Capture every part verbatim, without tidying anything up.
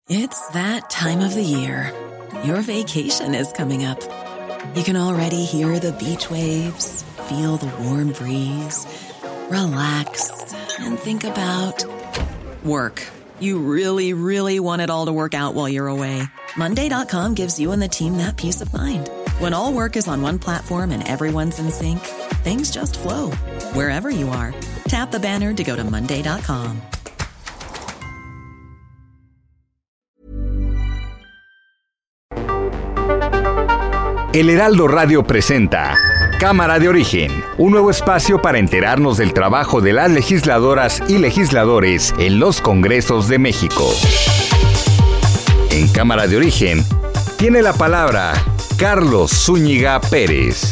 It's that time of the year. Your vacation is coming up. You can already hear the beach waves, feel the warm breeze, relax, and think about work. You really, really want it all to work out while you're away. Monday dot com gives you and the team that peace of mind. When all work is on one platform and everyone's in sync, things just flow. Wherever you are, tap the banner to go to Monday dot com. El Heraldo Radio presenta Cámara de Origen, un nuevo espacio para enterarnos del trabajo de las legisladoras y legisladores en los Congresos de México. En Cámara de Origen, tiene la palabra Carlos Zúñiga Pérez.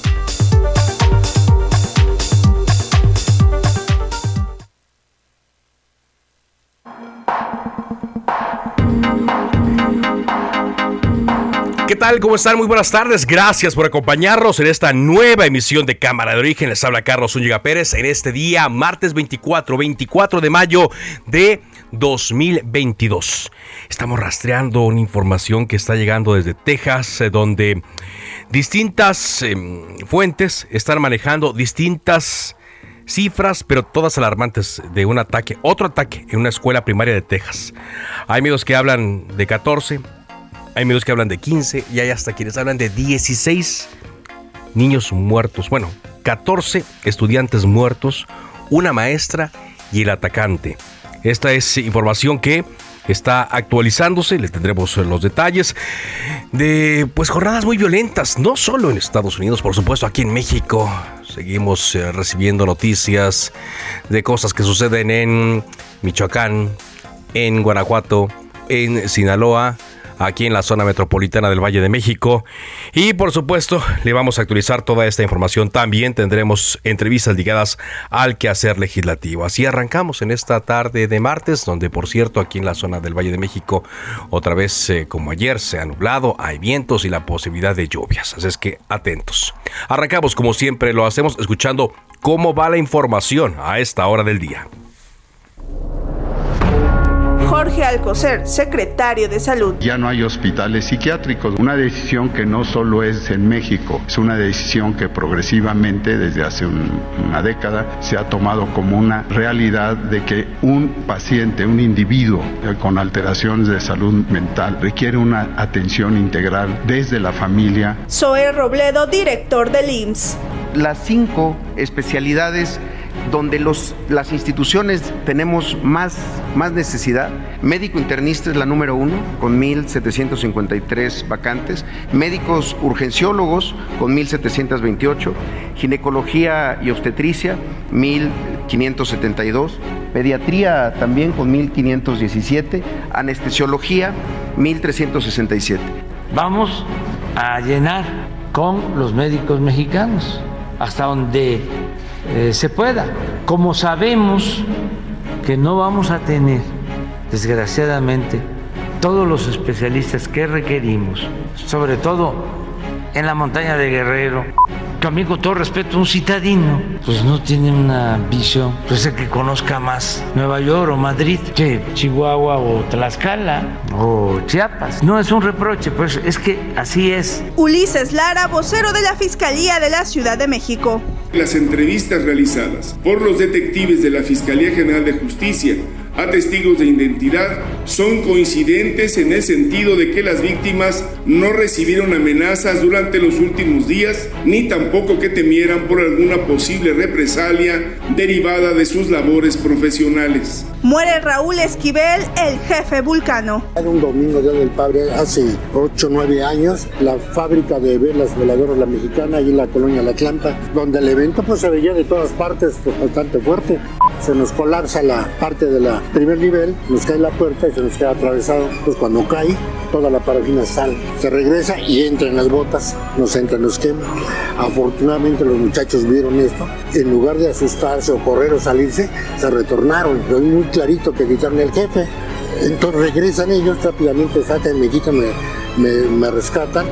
¿Qué tal? ¿Cómo están? Muy buenas tardes. Gracias por acompañarnos en esta nueva emisión de Cámara de Origen. Les habla Carlos Zúñiga Pérez en este día, martes veinticuatro de mayo de dos mil veintidós. Estamos rastreando una información que está llegando desde Texas, eh, donde distintas eh, fuentes están manejando distintas cifras, pero todas alarmantes, de un ataque, otro ataque en una escuela primaria de Texas. Hay medios que hablan de catorce, hay medios que hablan de quince y hay hasta quienes hablan de dieciséis niños muertos. Bueno, catorce estudiantes muertos, una maestra y el atacante. Esta es información que está actualizándose, le tendremos los detalles de pues jornadas muy violentas, no solo en Estados Unidos, por supuesto, aquí en México. Seguimos eh, recibiendo noticias de cosas que suceden en Michoacán, en Guanajuato, en Sinaloa, aquí en la zona metropolitana del Valle de México. Y por supuesto, le vamos a actualizar toda esta información. También tendremos entrevistas ligadas al quehacer legislativo. Así arrancamos en esta tarde de martes, donde por cierto, aquí en la zona del Valle de México, otra vez eh, como ayer, se ha nublado, hay vientos y la posibilidad de lluvias. Así es que atentos. Arrancamos como siempre lo hacemos escuchando cómo va la información a esta hora del día. Jorge Alcocer, secretario de Salud. Ya no hay hospitales psiquiátricos. Una decisión que no solo es en México, es una decisión que progresivamente desde hace un, una década se ha tomado como una realidad de que un paciente, un individuo con alteraciones de salud mental requiere una atención integral desde la familia. Zoe Robledo, director del I M S S. Las cinco especialidades donde los, las instituciones tenemos más, más necesidad. Médico internista es la número uno, con mil setecientos cincuenta y tres vacantes. Médicos urgenciólogos, con mil setecientos veintiocho. Ginecología y obstetricia, mil quinientos setenta y dos. Pediatría también, con mil quinientos diecisiete. Anestesiología, mil trescientos sesenta y siete. Vamos a llenar con los médicos mexicanos, hasta donde Eh, se pueda. Como sabemos que no vamos a tener, desgraciadamente, todos los especialistas que requerimos, sobre todo en la montaña de Guerrero, que a mí, con todo respeto, un citadino pues no tiene una visión, pues el que conozca más Nueva York o Madrid que Chihuahua o Tlaxcala o Chiapas. No es un reproche, pues es que así es. Ulises Lara, vocero de la Fiscalía de la Ciudad de México. Las entrevistas realizadas por los detectives de la Fiscalía General de Justicia a testigos de identidad son coincidentes en el sentido de que las víctimas no recibieron amenazas durante los últimos días, ni tampoco que temieran por alguna posible represalia derivada de sus labores profesionales. Muere Raúl Esquivel, el jefe Vulcano. Era un domingo, Día del Padre, hace ocho o nueve años, la fábrica de velas veladoras La Mexicana, ahí en la colonia La Tlampa, donde el evento pues se veía de todas partes, pues, bastante fuerte. Se nos colapsa la parte de la primer nivel, nos cae la puerta y se nos queda atravesado. Pues cuando cae, toda la parafina sale, se regresa y entra en las botas, nos entra, nos quema. Afortunadamente los muchachos vieron esto, en lugar de asustarse o correr o salirse, se retornaron. Yo vi muy clarito que gritaron el jefe. Entonces regresan ellos, rápidamente sacan, me quitan, me, me, me rescatan.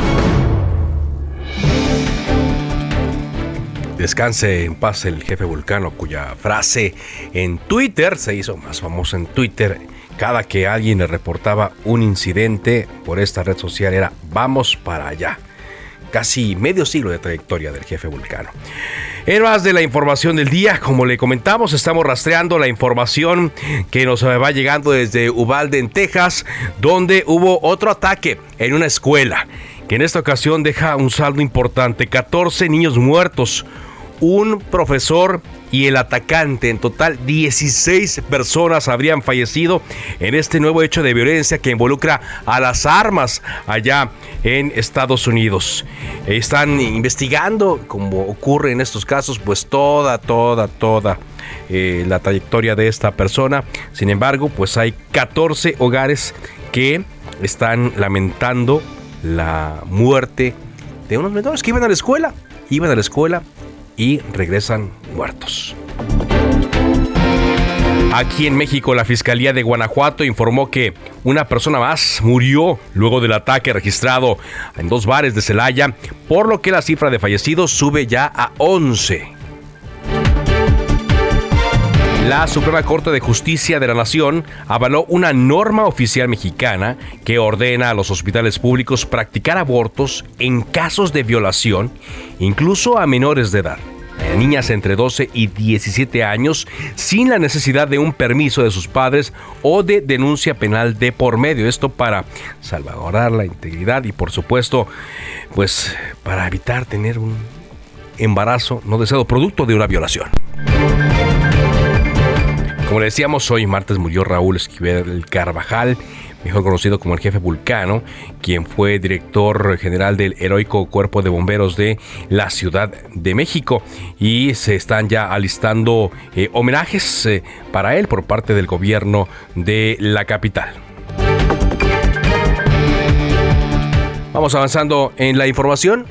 Descanse en paz el jefe Vulcano, cuya frase en Twitter se hizo más famosa en Twitter cada que alguien le reportaba un incidente por esta red social era vamos para allá. Casi medio siglo de trayectoria del jefe Vulcano. En más de la información del día, como le comentamos, estamos rastreando la información que nos va llegando desde Uvalde, en Texas, donde hubo otro ataque en una escuela, que en esta ocasión deja un saldo importante, catorce niños muertos, un profesor y el atacante. En total, dieciséis personas habrían fallecido en este nuevo hecho de violencia que involucra a las armas allá en Estados Unidos. Están investigando, como ocurre en estos casos, pues toda, toda, toda eh, la trayectoria de esta persona. Sin embargo, pues hay catorce hogares que están lamentando la muerte de unos menores que iban a la escuela, iban a la escuela y regresan muertos. Aquí en México, la Fiscalía de Guanajuato informó que una persona más murió luego del ataque registrado en dos bares de Celaya, por lo que la cifra de fallecidos sube ya a once. La Suprema Corte de Justicia de la Nación avaló una norma oficial mexicana que ordena a los hospitales públicos practicar abortos en casos de violación, incluso a menores de edad, a niñas entre doce y diecisiete años, sin la necesidad de un permiso de sus padres o de denuncia penal de por medio. Esto para salvaguardar la integridad y, por supuesto, pues para evitar tener un embarazo no deseado producto de una violación. Como le decíamos, hoy martes murió Raúl Esquivel Carvajal, mejor conocido como el jefe Vulcano, quien fue director general del heroico Cuerpo de Bomberos de la Ciudad de México. Y se están ya alistando eh, homenajes eh, para él por parte del gobierno de la capital. Vamos avanzando en la información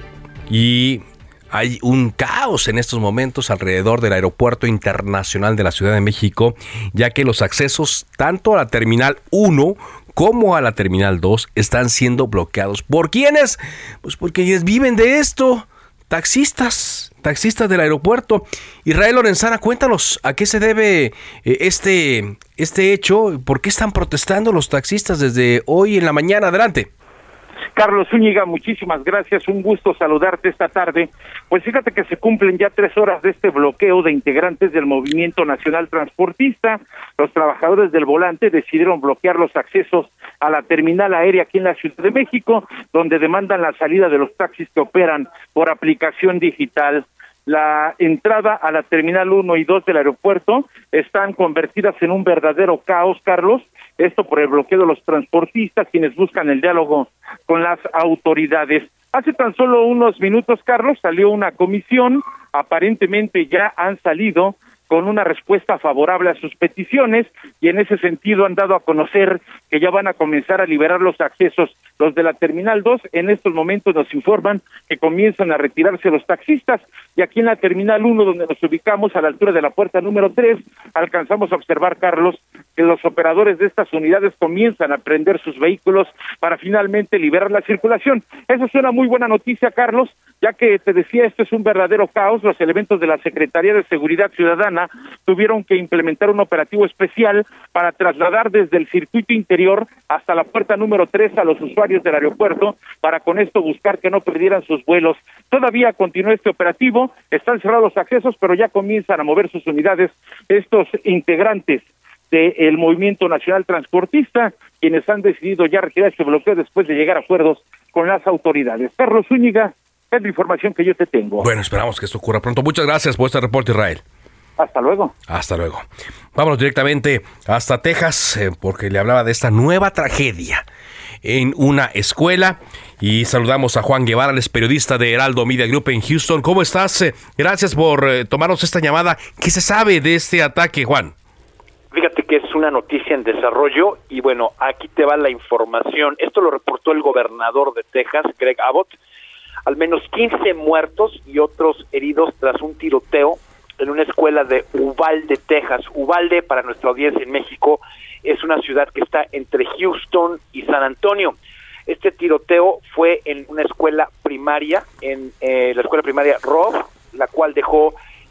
y hay un caos en estos momentos alrededor del Aeropuerto Internacional de la Ciudad de México, ya que los accesos tanto a la Terminal uno como a la Terminal dos están siendo bloqueados. ¿Por quiénes? Pues porque quienes viven de esto, taxistas, taxistas del aeropuerto. Israel Lorenzana, cuéntanos, ¿a qué se debe eh, este, este hecho? ¿Por qué están protestando los taxistas desde hoy en la mañana? Adelante. Carlos Zúñiga, muchísimas gracias, un gusto saludarte esta tarde. Pues fíjate que se cumplen ya tres horas de este bloqueo de integrantes del Movimiento Nacional Transportista. Los trabajadores del volante decidieron bloquear los accesos a la terminal aérea aquí en la Ciudad de México, donde demandan la salida de los taxis que operan por aplicación digital. La entrada a la Terminal uno y dos del aeropuerto están convertidas en un verdadero caos, Carlos. Esto por el bloqueo de los transportistas, quienes buscan el diálogo con las autoridades. Hace tan solo unos minutos, Carlos, salió una comisión. Aparentemente ya han salido con una respuesta favorable a sus peticiones y en ese sentido han dado a conocer que ya van a comenzar a liberar los accesos. Los de la Terminal dos en estos momentos nos informan que comienzan a retirarse los taxistas y aquí en la Terminal uno, donde nos ubicamos a la altura de la puerta número tres, alcanzamos a observar, Carlos, que los operadores de estas unidades comienzan a prender sus vehículos para finalmente liberar la circulación. Eso es una muy buena noticia, Carlos, ya que te decía, esto es un verdadero caos. Los elementos de la Secretaría de Seguridad Ciudadana tuvieron que implementar un operativo especial para trasladar desde el circuito interior hasta la puerta número tres a los usuarios del aeropuerto, para con esto buscar que no perdieran sus vuelos. Todavía continúa este operativo, están cerrados los accesos, pero ya comienzan a mover sus unidades estos integrantes del Movimiento Nacional Transportista, quienes han decidido ya retirar este bloqueo después de llegar a acuerdos con las autoridades. Carlos Zúñiga, es la información que yo te tengo. Bueno, esperamos que esto ocurra pronto. Muchas gracias por este reporte, Israel. Hasta luego. Hasta luego. Vámonos directamente hasta Texas, eh, porque le hablaba de esta nueva tragedia en una escuela. Y saludamos a Juan Guevara, el periodista de Heraldo Media Group en Houston. ¿Cómo estás? Eh, gracias por eh, tomarnos esta llamada. ¿Qué se sabe de este ataque, Juan? Fíjate que es una noticia en desarrollo y bueno, aquí te va la información. Esto lo reportó el gobernador de Texas, Greg Abbott. Al menos quince muertos y otros heridos tras un tiroteo en una escuela de Uvalde, Texas. Uvalde, para nuestra audiencia en México, es una ciudad que está entre Houston y San Antonio. Este tiroteo fue en una escuela primaria, en eh, la escuela primaria Robb, la cual dejó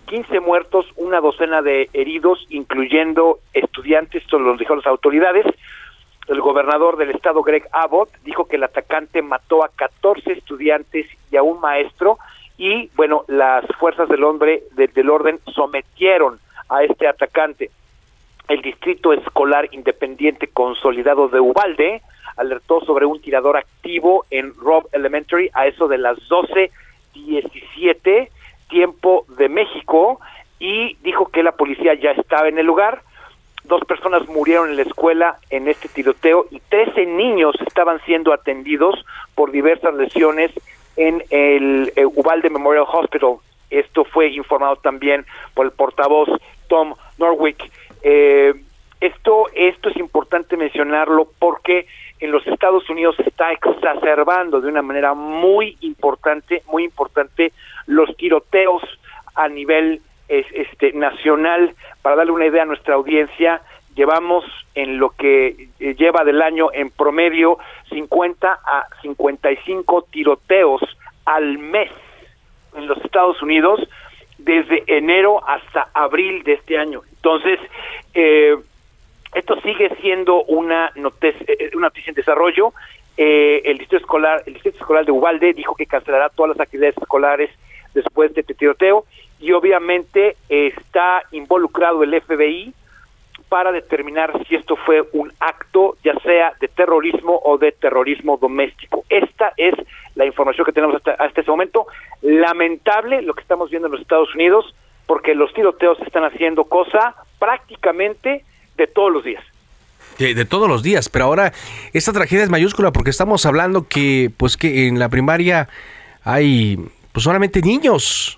quince muertos, una docena de heridos, incluyendo estudiantes, esto lo dijeron las autoridades. El gobernador del estado, Greg Abbott, dijo que el atacante mató a catorce estudiantes y a un maestro, y bueno, las fuerzas del hombre de, del orden sometieron a este atacante. El Distrito Escolar Independiente Consolidado de Uvalde alertó sobre un tirador activo en Robb Elementary a eso de las doce diecisiete, tiempo de México, y dijo que la policía ya estaba en el lugar. Dos personas murieron en la escuela en este tiroteo y trece niños estaban siendo atendidos por diversas lesiones en el eh, Uvalde Memorial Hospital. Esto fue informado también por el portavoz Tom Norwick. Eh, esto, esto es importante mencionarlo porque en los Estados Unidos se está exacerbando de una manera muy importante, muy importante los tiroteos a nivel es, este nacional. Para darle una idea a nuestra audiencia, llevamos en lo que eh, lleva del año en promedio cincuenta a cincuenta y cinco tiroteos al mes en los Estados Unidos desde enero hasta abril de este año. Entonces, eh, esto sigue siendo una noticia, una noticia en desarrollo. Eh, el distrito escolar, el distrito escolar de Uvalde dijo que cancelará todas las actividades escolares después de este tiroteo, y obviamente está involucrado el F B I para determinar si esto fue un acto, ya sea de terrorismo o de terrorismo doméstico. Esta es la información que tenemos hasta, hasta este momento. Lamentable lo que estamos viendo en los Estados Unidos, porque los tiroteos están haciendo cosa prácticamente de todos los días. De, de todos los días, pero ahora esta tragedia es mayúscula porque estamos hablando que, pues, que en la primaria hay pues solamente niños.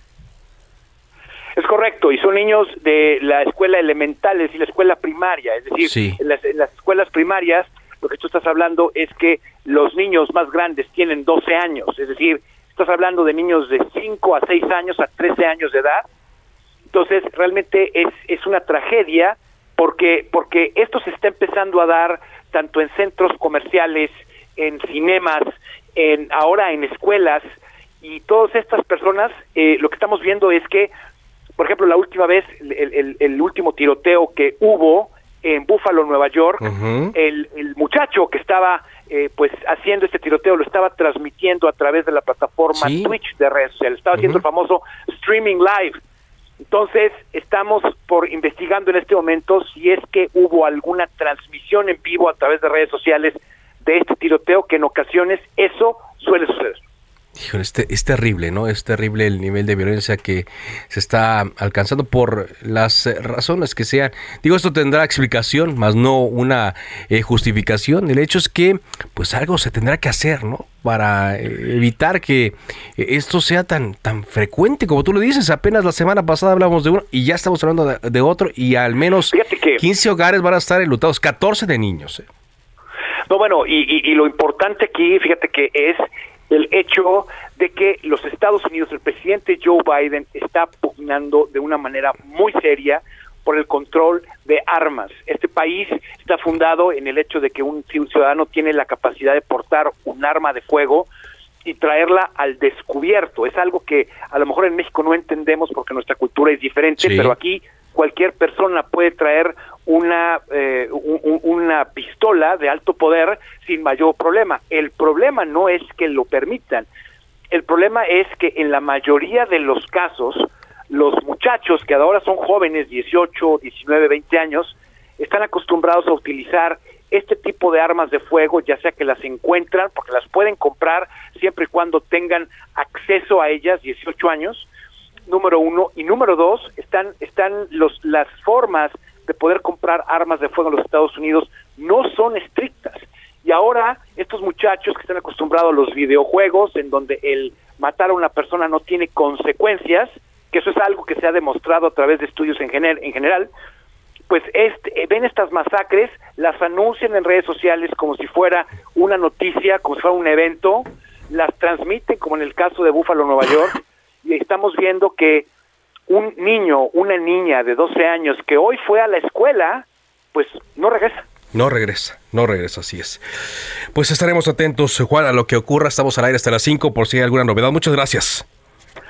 Es correcto, y son niños de la escuela elemental, es decir, la escuela primaria, es decir, sí. en, las, en las escuelas primarias, lo que tú estás hablando es que los niños más grandes tienen doce años, es decir, estás hablando de niños de cinco a seis años a trece años de edad. Entonces, realmente es, es una tragedia, porque, porque esto se está empezando a dar tanto en centros comerciales, en cinemas, en ahora en escuelas, y todas estas personas, eh, lo que estamos viendo es que, por ejemplo, la última vez, el, el, el último tiroteo que hubo en Buffalo, Nueva York, uh-huh. el, el muchacho que estaba eh, pues haciendo este tiroteo lo estaba transmitiendo a través de la plataforma sí. Twitch de redes sociales, estaba uh-huh. haciendo el famoso streaming live. Entonces, estamos por investigando en este momento si es que hubo alguna transmisión en vivo a través de redes sociales de este tiroteo, que en ocasiones eso suele suceder. Híjole, es, es terrible, ¿no? Es terrible el nivel de violencia que se está alcanzando por las razones que sean. Digo, esto tendrá explicación, más no una eh, justificación. El hecho es que, pues, algo se tendrá que hacer, ¿no? Para eh, evitar que eh, esto sea tan tan frecuente, como tú lo dices. Apenas la semana pasada hablamos de uno y ya estamos hablando de, de otro, y al menos que quince hogares van a estar enlutados, catorce de niños. ¿eh? No, bueno, y, y, y lo importante aquí, fíjate que es el hecho de que los Estados Unidos, el presidente Joe Biden, está pugnando de una manera muy seria por el control de armas. Este país está fundado en el hecho de que un ciudadano tiene la capacidad de portar un arma de fuego y traerla al descubierto. Es algo que a lo mejor en México no entendemos porque nuestra cultura es diferente, sí. Pero aquí cualquier persona puede traer una eh, un, una pistola de alto poder sin mayor problema. El problema no es que lo permitan, el problema es que en la mayoría de los casos, los muchachos que ahora son jóvenes, dieciocho, diecinueve, veinte años, están acostumbrados a utilizar este tipo de armas de fuego, ya sea que las encuentran, porque las pueden comprar siempre y cuando tengan acceso a ellas, dieciocho años, número uno, y número dos, están están los las formas de poder comprar armas de fuego en los Estados Unidos no son estrictas. Y ahora estos muchachos que están acostumbrados a los videojuegos, en donde el matar a una persona no tiene consecuencias, que eso es algo que se ha demostrado a través de estudios en, gener, en general, pues este, ven estas masacres, las anuncian en redes sociales como si fuera una noticia, como si fuera un evento, las transmiten como en el caso de Buffalo, Nueva York, y estamos viendo que un niño, una niña de doce años que hoy fue a la escuela, pues no regresa. No regresa, no regresa, así es. Pues estaremos atentos, Juan, a lo que ocurra. Estamos al aire hasta las cinco por si hay alguna novedad. Muchas gracias.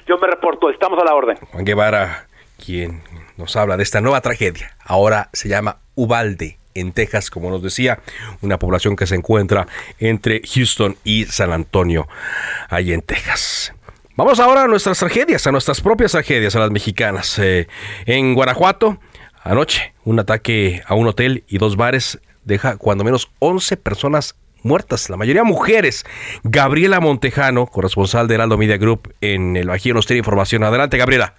Yo me reporto, estamos a la orden. Juan Guevara, quien nos habla de esta nueva tragedia, ahora se llama Uvalde, en Texas, como nos decía, una población que se encuentra entre Houston y San Antonio, ahí en Texas. Vamos ahora a nuestras tragedias, a nuestras propias tragedias, a las mexicanas. Eh, en Guanajuato, anoche, un ataque a un hotel y dos bares deja cuando menos once personas muertas, la mayoría mujeres. Gabriela Montejano, corresponsal de Heraldo Media Group en el Bajío, nos tiene información. Adelante, Gabriela.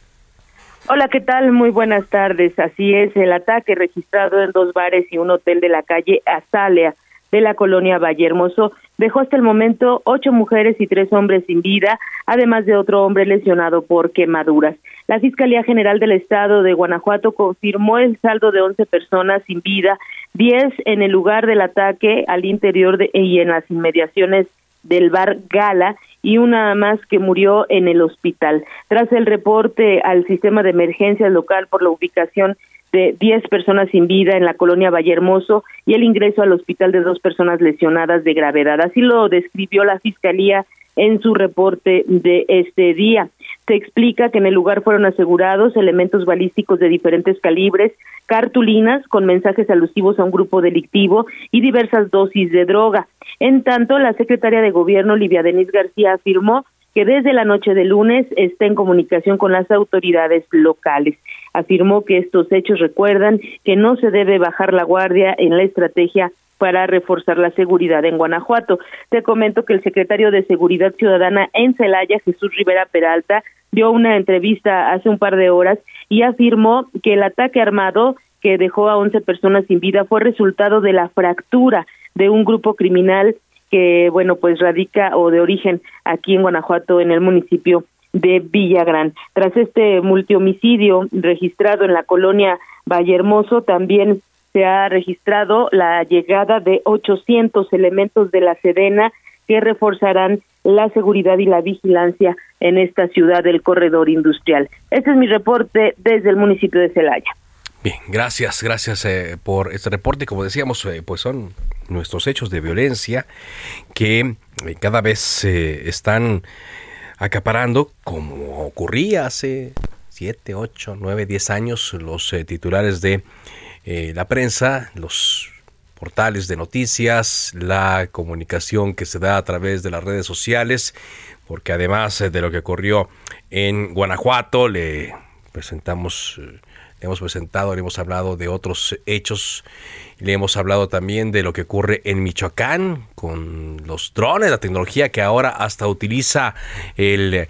Hola, ¿qué tal? Muy buenas tardes. Así es, el ataque registrado en dos bares y un hotel de la calle Azalea de la colonia Vallehermoso dejó hasta el momento ocho mujeres y tres hombres sin vida, además de otro hombre lesionado por quemaduras. La Fiscalía General del Estado de Guanajuato confirmó el saldo de once personas sin vida, diez en el lugar del ataque al interior de, y en las inmediaciones del bar Gala, y una más que murió en el hospital. Tras el reporte al sistema de emergencias local por la ubicación de diez personas sin vida en la colonia Vallehermoso y el ingreso al hospital de dos personas lesionadas de gravedad. Así lo describió la Fiscalía en su reporte de este día. Se explica que en el lugar fueron asegurados elementos balísticos de diferentes calibres, cartulinas con mensajes alusivos a un grupo delictivo y diversas dosis de droga. En tanto, la secretaria de Gobierno, Livia Denise García, afirmó que desde la noche de lunes está en comunicación con las autoridades locales. Afirmó que estos hechos recuerdan que no se debe bajar la guardia en la estrategia para reforzar la seguridad en Guanajuato. Te comento que el secretario de Seguridad Ciudadana en Celaya, Jesús Rivera Peralta, dio una entrevista hace un par de horas y afirmó que el ataque armado que dejó a once personas sin vida fue resultado de la fractura de un grupo criminal que, bueno, pues radica o de origen aquí en Guanajuato, en el municipio de Villagrán. Tras este multihomicidio registrado en la colonia Vallehermoso, también se ha registrado la llegada de ochocientos elementos de la Sedena que reforzarán la seguridad y la vigilancia en esta ciudad del corredor industrial. Este es mi reporte desde el municipio de Celaya. Bien, gracias, gracias eh, por este reporte. Como decíamos, eh, pues son nuestros hechos de violencia que eh, cada vez eh, están acaparando, como ocurría hace siete, ocho, nueve, diez años, los eh, titulares de eh, la prensa, los portales de noticias, la comunicación que se da a través de las redes sociales, porque además eh, de lo que ocurrió en Guanajuato, le presentamos... Eh, Le hemos presentado, le hemos hablado de otros hechos, le hemos hablado también de lo que ocurre en Michoacán con los drones, la tecnología que ahora hasta utiliza el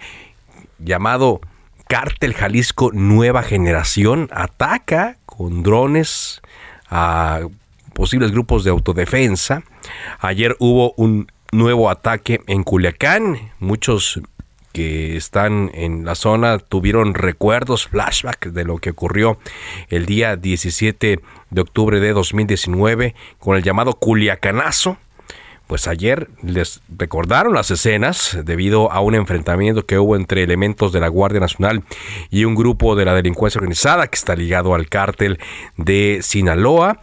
llamado Cártel Jalisco Nueva Generación, ataca con drones a posibles grupos de autodefensa. Ayer hubo un nuevo ataque en Culiacán, muchos que están en la zona tuvieron recuerdos, flashbacks de lo que ocurrió el día diecisiete de octubre de dos mil diecinueve con el llamado Culiacanazo. Pues ayer les recordaron las escenas debido a un enfrentamiento que hubo entre elementos de la Guardia Nacional y un grupo de la delincuencia organizada que está ligado al cártel de Sinaloa.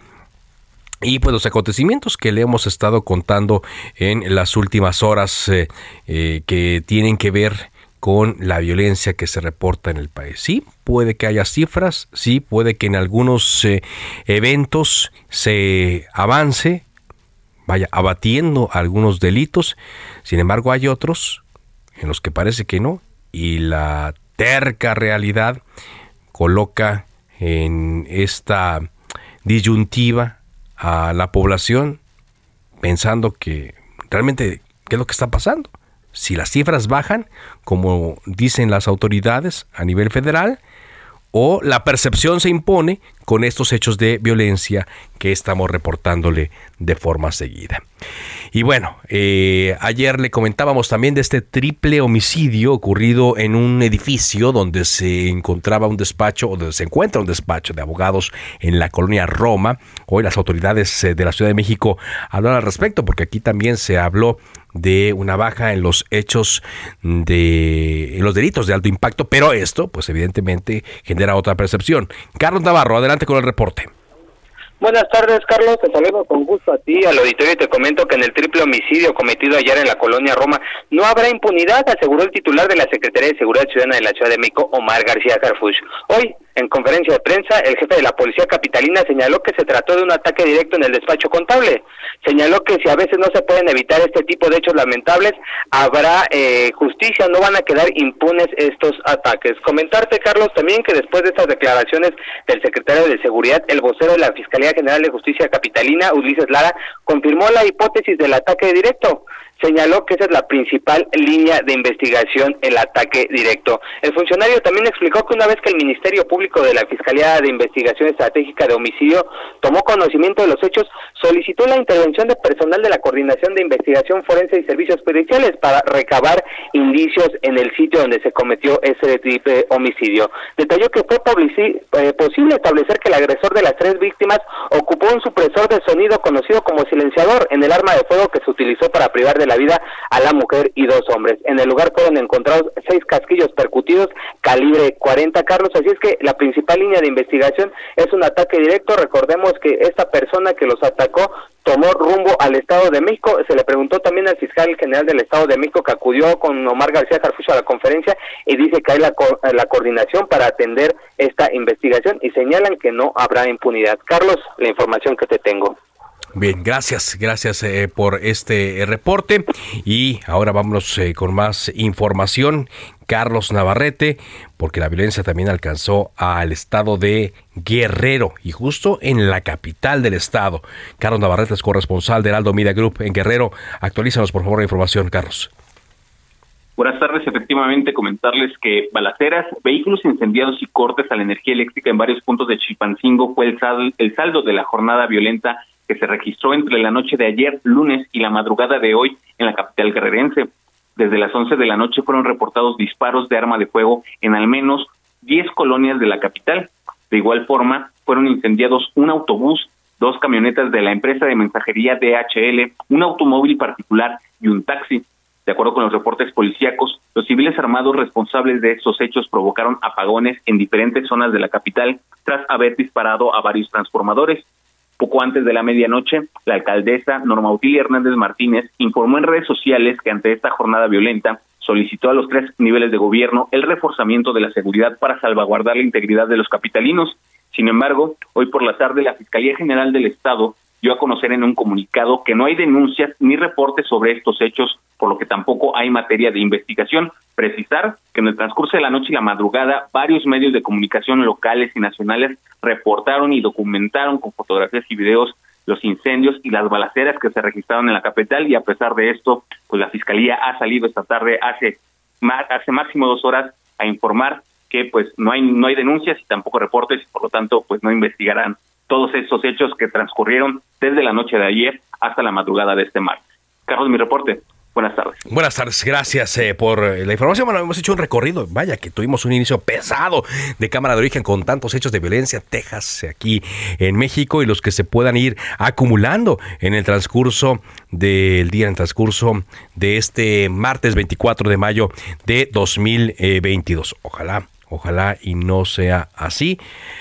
Y pues los acontecimientos que le hemos estado contando en las últimas horas eh, eh, que tienen que ver con la violencia que se reporta en el país. Sí, puede que haya cifras, sí, puede que en algunos eh, eventos se avance, vaya abatiendo algunos delitos, sin embargo hay otros en los que parece que no, y la terca realidad coloca en esta disyuntiva a la población pensando que realmente qué es lo que está pasando. Si las cifras bajan, como dicen las autoridades a nivel federal, o la percepción se impone con estos hechos de violencia que estamos reportándole de forma seguida. Y bueno, eh, ayer le comentábamos también de este triple homicidio ocurrido en un edificio donde se encontraba un despacho, o donde se encuentra un despacho de abogados en la colonia Roma. Hoy las autoridades de la Ciudad de México hablan al respecto, porque aquí también se habló de una baja en los hechos de en los delitos de alto impacto, pero esto, pues evidentemente, genera otra percepción. Carlos Navarro, adelante con el reporte. Buenas tardes, Carlos, te saludo con gusto a ti, al auditorio, y te comento que en el triple homicidio cometido ayer en la colonia Roma no habrá impunidad, aseguró el titular de la Secretaría de Seguridad Ciudadana de la Ciudad de México, Omar García Harfuch. Hoy, en conferencia de prensa, el jefe de la Policía Capitalina señaló que se trató de un ataque directo en el despacho contable. Señaló que si a veces no se pueden evitar este tipo de hechos lamentables, habrá eh, justicia, no van a quedar impunes estos ataques. Comentarte, Carlos, también que después de estas declaraciones del secretario de Seguridad, el vocero de la Fiscalía General de Justicia Capitalina, Ulises Lara, confirmó la hipótesis del ataque directo. Señaló que esa es la principal línea de investigación, el ataque directo. El funcionario también explicó que una vez que el Ministerio Público de la Fiscalía de Investigación Estratégica de Homicidio tomó conocimiento de los hechos, solicitó la intervención de personal de la Coordinación de Investigación Forense y Servicios Periciales para recabar indicios en el sitio donde se cometió ese triple homicidio. Detalló que fue publici- eh, posible establecer que el agresor de las tres víctimas ocupó un supresor de sonido conocido como silenciador en el arma de fuego que se utilizó para privar de la vida a la mujer y dos hombres. En el lugar fueron encontrados seis casquillos percutidos calibre cuarenta, Carlos, así es que la principal línea de investigación es un ataque directo. Recordemos que esta persona que los atacó tomó rumbo al Estado de México. Se le preguntó también al fiscal general del Estado de México, que acudió con Omar García Harfuch a la conferencia, y dice que hay la, co- la coordinación para atender esta investigación y señalan que no habrá impunidad. Carlos, la información que te tengo. Bien, gracias, gracias eh, por este eh, reporte. Y ahora vámonos eh, con más información. Carlos Navarrete, porque la violencia también alcanzó al estado de Guerrero y justo en la capital del estado. Carlos Navarrete es corresponsal de Heraldo Media Group en Guerrero. Actualízanos, por favor, la información, Carlos. Buenas tardes, efectivamente comentarles que balaceras, vehículos incendiados y cortes a la energía eléctrica en varios puntos de Chilpancingo fue el, sal, el saldo de la jornada violenta que se registró entre la noche de ayer, lunes, y la madrugada de hoy en la capital guerrerense. Desde las once de la noche fueron reportados disparos de arma de fuego en al menos diez colonias de la capital. De igual forma, fueron incendiados un autobús, dos camionetas de la empresa de mensajería D H L, un automóvil particular y un taxi. De acuerdo con los reportes policíacos, los civiles armados responsables de estos hechos provocaron apagones en diferentes zonas de la capital tras haber disparado a varios transformadores. Poco antes de la medianoche, la alcaldesa Norma Otilia Hernández Martínez informó en redes sociales que ante esta jornada violenta solicitó a los tres niveles de gobierno el reforzamiento de la seguridad para salvaguardar la integridad de los capitalinos. Sin embargo, hoy por la tarde la Fiscalía General del Estado dio a conocer en un comunicado que no hay denuncias ni reportes sobre estos hechos, por lo que tampoco hay materia de investigación. Precisar que en el transcurso de la noche y la madrugada, varios medios de comunicación locales y nacionales reportaron y documentaron con fotografías y videos los incendios y las balaceras que se registraron en la capital, y a pesar de esto, pues la Fiscalía ha salido esta tarde, hace, hace máximo dos horas, a informar que pues no hay, no hay denuncias y tampoco reportes, y por lo tanto pues no investigarán todos estos hechos que transcurrieron desde la noche de ayer hasta la madrugada de este martes. Carlos, mi reporte. Buenas tardes. Buenas tardes, gracias eh, por la información. Bueno, hemos hecho un recorrido, vaya que tuvimos un inicio pesado de Cámara de Origen con tantos hechos de violencia, Texas, aquí en México, y los que se puedan ir acumulando en el transcurso del día, en el transcurso de este martes veinticuatro de mayo de dos mil veintidós. Ojalá, ojalá y no sea así.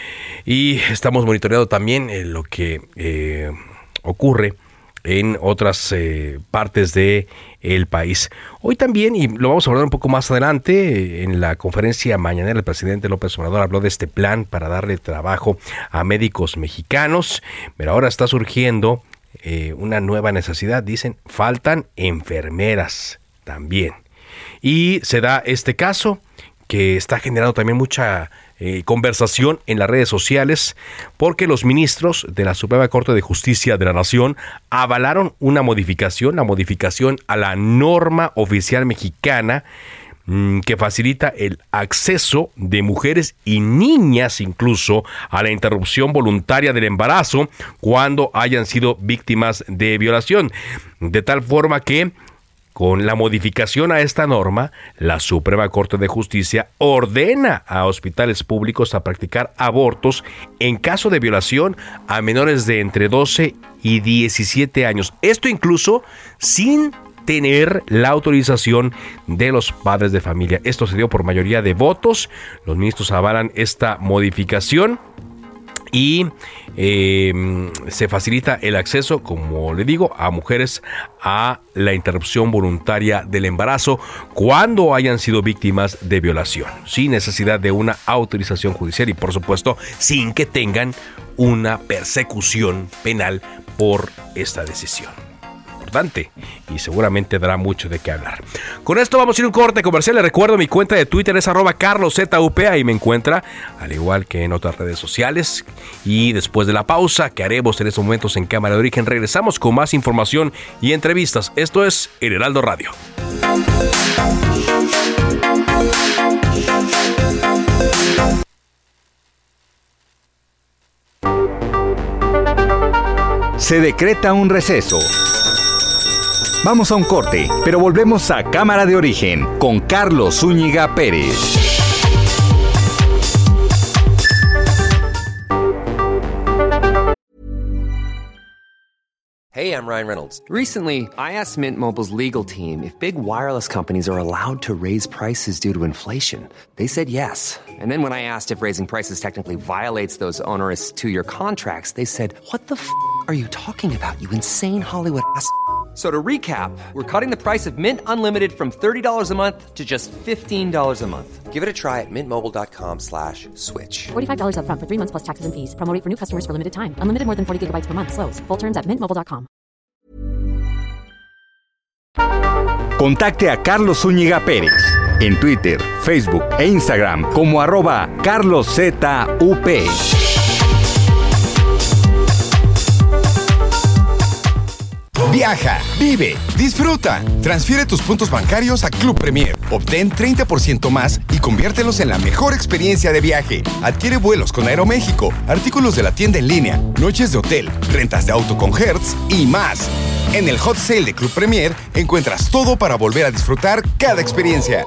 Y estamos monitoreando también eh, lo que eh, ocurre en otras eh, partes de el país. Hoy también, y lo vamos a hablar un poco más adelante, en la conferencia mañanera el presidente López Obrador habló de este plan para darle trabajo a médicos mexicanos, pero ahora está surgiendo eh, una nueva necesidad. Dicen, faltan enfermeras también. Y se da este caso que está generando también mucha Eh, conversación en las redes sociales, porque los ministros de la Suprema Corte de Justicia de la Nación avalaron una modificación, la modificación a la norma oficial mexicana mmm, que facilita el acceso de mujeres y niñas incluso a la interrupción voluntaria del embarazo cuando hayan sido víctimas de violación, de tal forma que con la modificación a esta norma, la Suprema Corte de Justicia ordena a hospitales públicos a practicar abortos en caso de violación a menores de entre doce y diecisiete años. Esto incluso sin tener la autorización de los padres de familia. Esto se dio por mayoría de votos. Los ministros avalan esta modificación y eh, se facilita el acceso, como le digo, a mujeres a la interrupción voluntaria del embarazo cuando hayan sido víctimas de violación, sin necesidad de una autorización judicial y, por supuesto, sin que tengan una persecución penal por esta decisión. Importante y seguramente dará mucho de qué hablar. Con esto vamos a ir a un corte comercial. Les recuerdo, mi cuenta de Twitter es arroba carloszup, ahí me encuentra, al igual que en otras redes sociales. Y después de la pausa que haremos en estos momentos en Cámara de Origen, regresamos con más información y entrevistas. Esto es El Heraldo Radio. Se decreta un receso. Vamos a un corte, pero volvemos a Cámara de Origen con Carlos Zúñiga Pérez. Hey, I'm Ryan Reynolds. Recently, I asked Mint Mobile's legal team if big wireless companies are allowed to raise prices due to inflation. They said yes. And then when I asked if raising prices technically violates those onerous two-year contracts, they said, what the f*** are you talking about, you insane Hollywood ass f- So to recap, we're cutting the price of Mint Unlimited from thirty dollars a month to just fifteen dollars a month. Give it a try at mintmobile.com slash switch. forty-five dollars up front for three months plus taxes and fees. Promo rate for new customers for limited time. Unlimited more than forty gigabytes per month. Slows full terms at mint mobile dot com. Contacte a Carlos Zúñiga Pérez en Twitter, Facebook e Instagram como arroba carloszup. Viaja, vive, disfruta. Transfiere tus puntos bancarios a Club Premier. Obtén treinta por ciento más y conviértelos en la mejor experiencia de viaje. Adquiere vuelos con Aeroméxico, artículos de la tienda en línea, noches de hotel, rentas de auto con Hertz y más. En el Hot Sale de Club Premier encuentras todo para volver a disfrutar cada experiencia.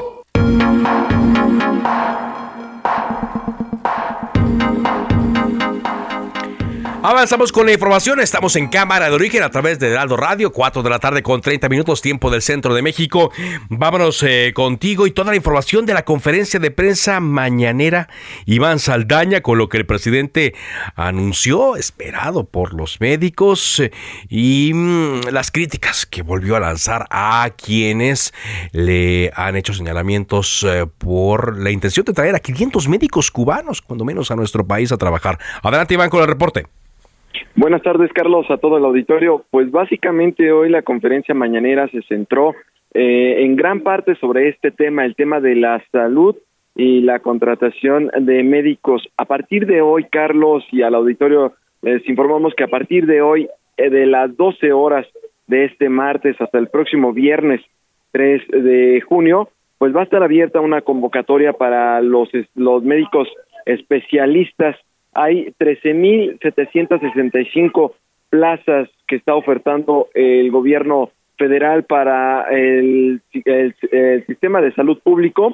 Avanzamos con la información, estamos en Cámara de Origen a través de Heraldo Radio, cuatro de la tarde con treinta minutos, tiempo del centro de México. Vámonos eh, contigo y toda la información de la conferencia de prensa mañanera Iván Saldaña, con lo que el presidente anunció, esperado por los médicos, eh, y mmm, las críticas que volvió a lanzar a quienes le han hecho señalamientos eh, por la intención de traer a quinientos médicos cubanos, cuando menos a nuestro país, a trabajar. Adelante, Iván, con el reporte. Buenas tardes, Carlos, a todo el auditorio. Pues básicamente hoy la conferencia mañanera se centró eh, en gran parte sobre este tema, el tema de la salud y la contratación de médicos. A partir de hoy, Carlos, y al auditorio les informamos que a partir de hoy, eh, de las doce horas de este martes hasta el próximo viernes tres de junio, pues va a estar abierta una convocatoria para los, los médicos especialistas. Hay trece mil setecientas sesenta y cinco plazas que está ofertando el gobierno federal para el, el, el sistema de salud público.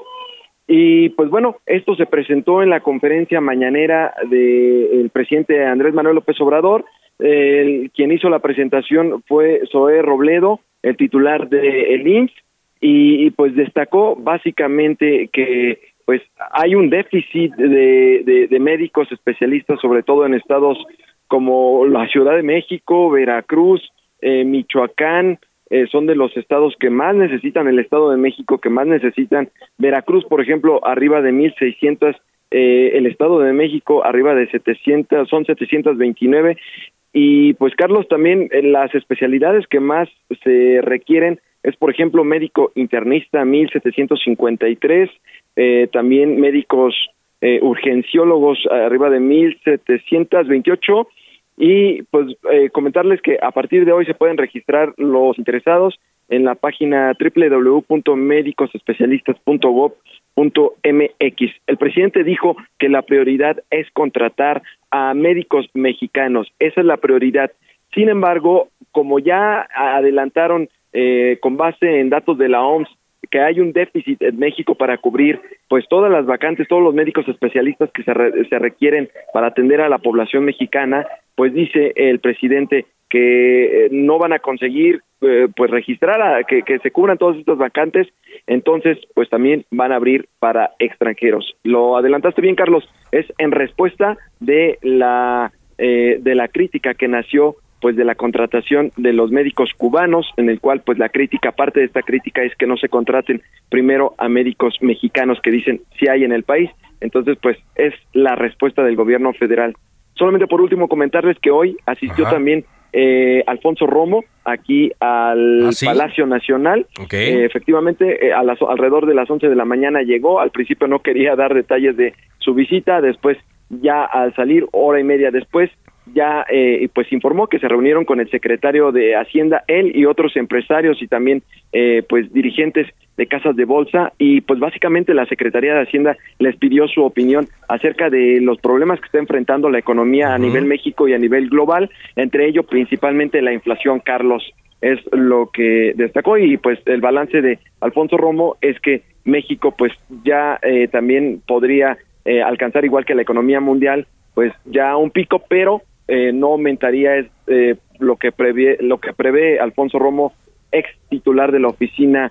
Y pues bueno, esto se presentó en la conferencia mañanera del presidente Andrés Manuel López Obrador. El, quien hizo la presentación fue Zoé Robledo, el titular del I M S S, y, y pues destacó básicamente que pues hay un déficit de, de, de médicos especialistas, sobre todo en estados como la Ciudad de México, Veracruz, eh, Michoacán, eh, son de los estados que más necesitan, el Estado de México que más necesitan. Veracruz, por ejemplo, arriba de mil seiscientos, eh, el Estado de México arriba de setecientos, son setecientos veintinueve. Y pues, Carlos, también eh, las especialidades que más se requieren es, por ejemplo, médico internista, mil setecientos cincuenta y tres, eh, también médicos eh, urgenciólogos arriba de mil setecientos veintiocho, y pues eh, comentarles que a partir de hoy se pueden registrar los interesados en la página doble u doble u doble u punto médicos especialistas punto gob punto eme equis. El presidente dijo que la prioridad es contratar a médicos mexicanos, esa es la prioridad. Sin embargo, como ya adelantaron eh, con base en datos de la O M S, que hay un déficit en México para cubrir pues todas las vacantes, todos los médicos especialistas que se, re, se requieren para atender a la población mexicana, pues dice el presidente que eh, no van a conseguir eh, pues registrar a que, que se cubran todas estas vacantes, entonces pues también van a abrir para extranjeros. Lo adelantaste bien, Carlos, es en respuesta de la eh, de la crítica que nació pues de la contratación de los médicos cubanos, en el cual pues la crítica, parte de esta crítica es que no se contraten primero a médicos mexicanos que dicen si hay en el país, entonces pues es la respuesta del gobierno federal. Solamente por último comentarles que hoy asistió Ajá. también eh, Alfonso Romo aquí al ¿Ah, sí? Palacio Nacional, okay. eh, efectivamente eh, a las, alrededor de las once de la mañana llegó, al principio no quería dar detalles de su visita, después ya al salir, hora y media después, ya eh, pues informó que se reunieron con el secretario de Hacienda, él y otros empresarios y también eh, pues dirigentes de casas de bolsa, y pues básicamente la Secretaría de Hacienda les pidió su opinión acerca de los problemas que está enfrentando la economía uh-huh. a nivel México y a nivel global, entre ellos principalmente la inflación, Carlos, es lo que destacó, y pues el balance de Alfonso Romo es que México pues ya eh, también podría eh, alcanzar, igual que la economía mundial, pues ya un pico, pero Eh, no aumentaría es eh, lo que prevé lo que prevé Alfonso Romo, ex titular de la oficina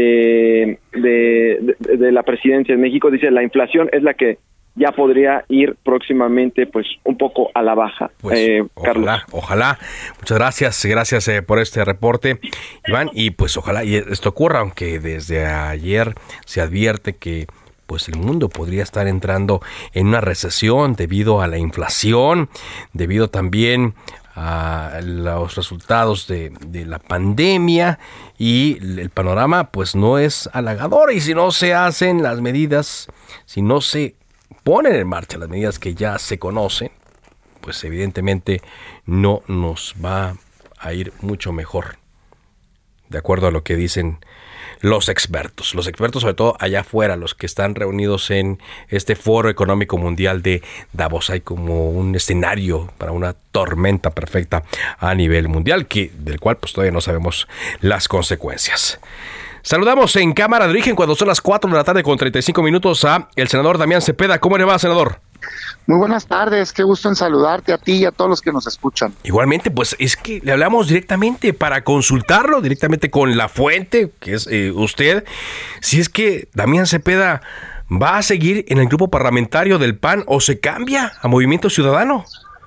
de de, de de la presidencia de México. Dice la inflación es la que ya podría ir próximamente pues un poco a la baja. Pues, eh, ojalá, Carlos. ojalá. Muchas gracias, gracias eh, por este reporte, Iván, y pues ojalá y esto ocurra, aunque desde ayer se advierte que pues el mundo podría estar entrando en una recesión debido a la inflación, debido también a los resultados de, de la pandemia, y el panorama pues no es halagador, y si no se hacen las medidas, si no se ponen en marcha las medidas que ya se conocen, pues evidentemente no nos va a ir mucho mejor, de acuerdo a lo que dicen los expertos, los expertos sobre todo allá afuera, los que están reunidos en este Foro Económico Mundial de Davos. Hay como un escenario para una tormenta perfecta a nivel mundial, que del cual pues todavía no sabemos las consecuencias. Saludamos en Cámara de Origen cuando son las cuatro de la tarde con treinta y cinco minutos a el senador Damián Cepeda. ¿Cómo le va, senador? Muy buenas tardes, qué gusto en saludarte a ti y a todos los que nos escuchan. Igualmente, pues es que le hablamos directamente para consultarlo, directamente con la fuente, que es eh, usted, si es que Damián Cepeda va a seguir en el grupo parlamentario del P A N o se cambia a Movimiento Ciudadano.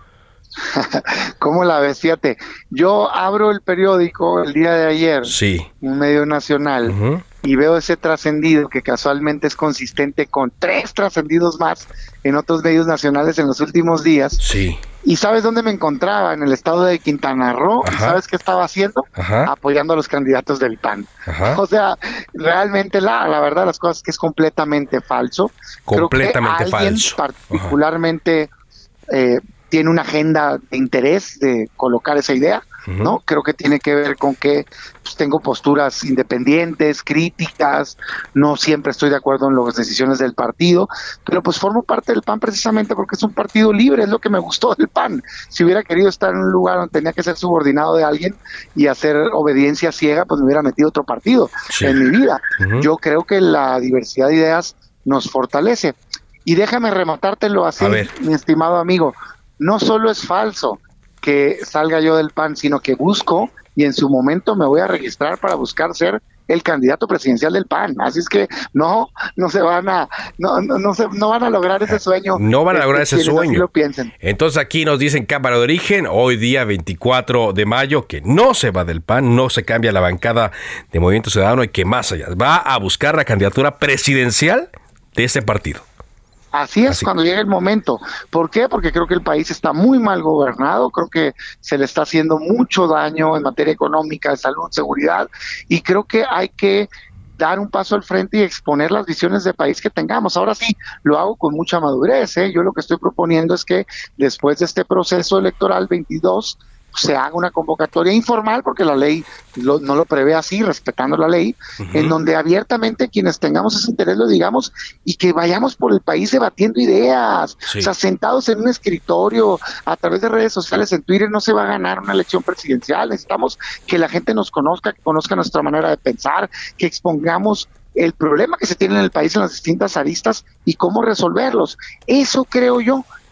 ¿Cómo la ves? Fíjate, yo abro el periódico el día de ayer, sí. un medio nacional, uh-huh. y veo ese trascendido que casualmente es consistente con tres trascendidos más en otros medios nacionales en los últimos días. Sí. ¿Y sabes dónde me encontraba? En el estado de Quintana Roo. Ajá. ¿Sabes qué estaba haciendo? Ajá. Apoyando a los candidatos del P A N. Ajá. O sea, realmente la, la verdad las cosas es que es completamente falso. Completamente Creo que alguien falso. particularmente eh, tiene una agenda de interés de colocar esa idea, uh-huh. ¿no? Creo que tiene que ver con que pues, tengo posturas independientes, críticas, no siempre estoy de acuerdo en las decisiones del partido, pero pues formo parte del P A N precisamente porque es un partido libre, es lo que me gustó del P A N. Si hubiera querido estar en un lugar donde tenía que ser subordinado de alguien y hacer obediencia ciega, pues me hubiera metido otro partido sí. en mi vida. Uh-huh. Yo creo que la diversidad de ideas nos fortalece. Y déjame rematártelo así, mi estimado amigo. No solo es falso que salga yo del P A N, sino que busco y en su momento me voy a registrar para buscar ser el candidato presidencial del P A N. Así es que no, no se van a, no, no, no, se, no van a lograr ese sueño. No van a lograr ese sueño. Así lo piensen. Entonces aquí nos dicen Cámara de Origen, hoy día veinticuatro de mayo, que no se va del P A N, no se cambia la bancada de Movimiento Ciudadano y que más allá va a buscar la candidatura presidencial de ese partido. Así es, Así. cuando llegue el momento. ¿Por qué? Porque creo que el país está muy mal gobernado, creo que se le está haciendo mucho daño en materia económica, de salud, seguridad, y creo que hay que dar un paso al frente y exponer las visiones de país que tengamos. Ahora sí, lo hago con mucha madurez, ¿eh? Yo lo que estoy proponiendo es que después de este proceso electoral veintidós, se haga una convocatoria informal, porque la ley lo, no lo prevé así, respetando la ley, uh-huh. en donde abiertamente quienes tengamos ese interés lo digamos y que vayamos por el país debatiendo ideas, sí. o sea, sentados en un escritorio, a través de redes sociales, en Twitter no se va a ganar una elección presidencial. Necesitamos que la gente nos conozca, que conozca nuestra manera de pensar, que expongamos el problema que se tiene en el país en las distintas aristas y cómo resolverlos. Eso creo yo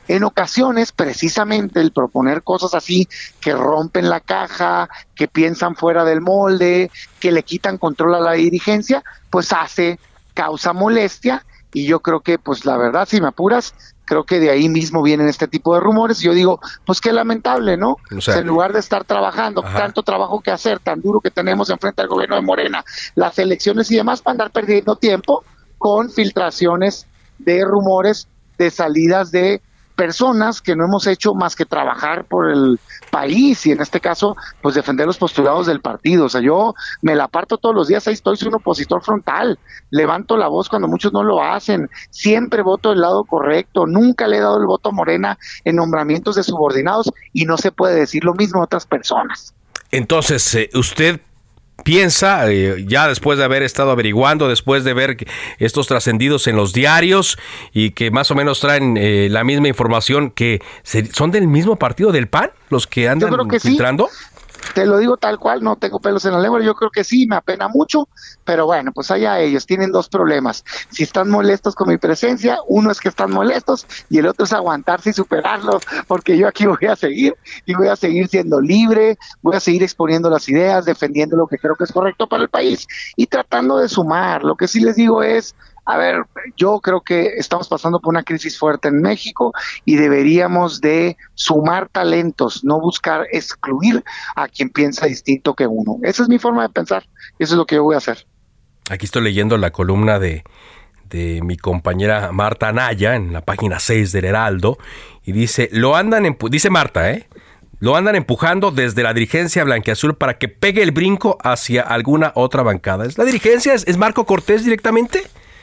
en ocasiones, precisamente el proponer cosas así que rompen la caja, que piensan fuera del molde, que le quitan control a la dirigencia, pues hace, causa molestia, y yo creo que, pues la verdad, si me apuras, creo que de ahí mismo vienen este tipo de rumores. Yo digo, pues qué lamentable, ¿no? O sea, en lugar de estar trabajando, ajá, tanto trabajo que hacer, tan duro que tenemos enfrente al gobierno de Morena, las elecciones y demás, para andar perdiendo tiempo con filtraciones de rumores de salidas de personas que no hemos hecho más que trabajar por el país y en este caso pues defender los postulados del partido. O sea, yo me la parto todos los días, ahí estoy, soy un opositor frontal, levanto la voz cuando muchos no lo hacen, siempre voto del lado correcto, nunca le he dado el voto a Morena en nombramientos de subordinados y no se puede decir lo mismo a otras personas. Entonces, eh, usted piensa, eh, ya después de haber estado averiguando, después de ver estos trascendidos en los diarios y que más o menos traen eh, la misma información, que se, son del mismo partido del P A N, los que andan yo creo que filtrando. Sí. Te lo digo tal cual, no tengo pelos en la lengua, yo creo que sí, me apena mucho, pero bueno, pues allá ellos tienen dos problemas. Si están molestos con mi presencia, uno es que están molestos y el otro es aguantarse y superarlo, porque yo aquí voy a seguir y voy a seguir siendo libre, voy a seguir exponiendo las ideas, defendiendo lo que creo que es correcto para el país y tratando de sumar. Lo que sí les digo es, a ver, yo creo que estamos pasando por una crisis fuerte en México y deberíamos de sumar talentos, no buscar excluir a quien piensa distinto que uno. Esa es mi forma de pensar, eso es lo que yo voy a hacer. Aquí estoy leyendo la columna de, de mi compañera Marta Anaya en la página seis del Heraldo y dice, lo andan empu- dice Marta, ¿eh? Lo andan empujando desde la dirigencia blanquiazul para que pegue el brinco hacia alguna otra bancada. ¿Es la dirigencia? ¿Es, es Marco Cortés directamente?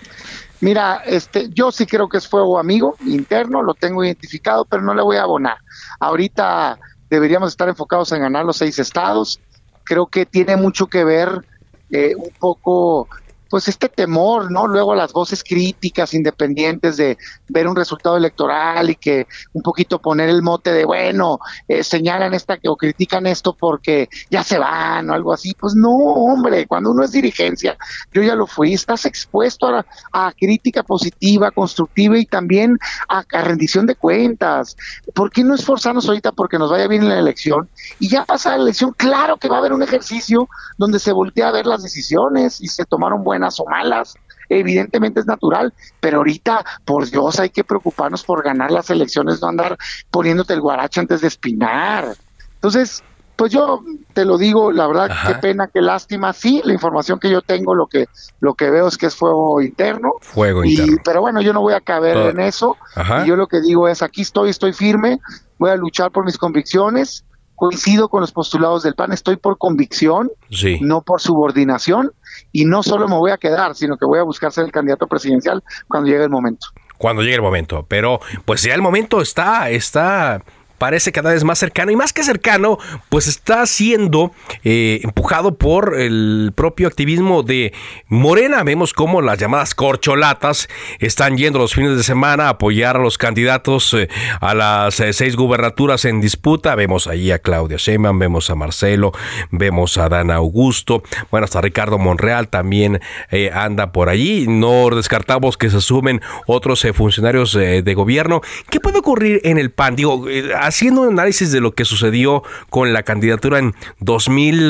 Mira, este, yo sí creo que es fuego amigo interno, lo tengo identificado, pero no le voy a abonar. Ahorita deberíamos estar enfocados en ganar los seis estados. Creo que tiene mucho que ver eh, un poco, pues este temor, ¿no? Luego las voces críticas, independientes de ver un resultado electoral y que un poquito poner el mote de, bueno, eh, señalan esta que o critican esto porque ya se van o algo así. Pues no, hombre, cuando uno es dirigencia, yo ya lo fui, estás expuesto a, a crítica positiva, constructiva y también a, a rendición de cuentas. ¿Por qué no esforzarnos ahorita porque nos vaya bien en la elección? Y ya pasa la elección, claro que va a haber un ejercicio donde se voltea a ver las decisiones y se tomaron buenas o malas, evidentemente es natural, pero ahorita, por Dios, hay que preocuparnos por ganar las elecciones, no andar poniéndote el guarache antes de espinar. Entonces, pues yo te lo digo, la verdad, ajá, qué pena, qué lástima, sí, la información que yo tengo, lo que lo que veo es que es fuego interno, fuego y, interno. Pero bueno, yo no voy a caber Todo. en eso, ajá, y yo lo que digo es, aquí estoy, estoy firme, voy a luchar por mis convicciones, coincido con los postulados del P A N, estoy por convicción, sí, no por subordinación, y no solo me voy a quedar, sino que voy a buscar ser el candidato presidencial cuando llegue el momento. Cuando llegue el momento, pero pues ya el momento está, está... parece cada vez más cercano, y más que cercano, pues está siendo eh, empujado por el propio activismo de Morena. Vemos cómo las llamadas corcholatas están yendo los fines de semana a apoyar a los candidatos eh, a las eh, seis gubernaturas en disputa. Vemos ahí a Claudia Sheinbaum, vemos a Marcelo, vemos a Adán Augusto, bueno, hasta Ricardo Monreal también eh, anda por allí. No descartamos que se sumen otros eh, funcionarios eh, de gobierno. ¿Qué puede ocurrir en el P A N? Digo, eh, haciendo un análisis de lo que sucedió con la candidatura en dos mil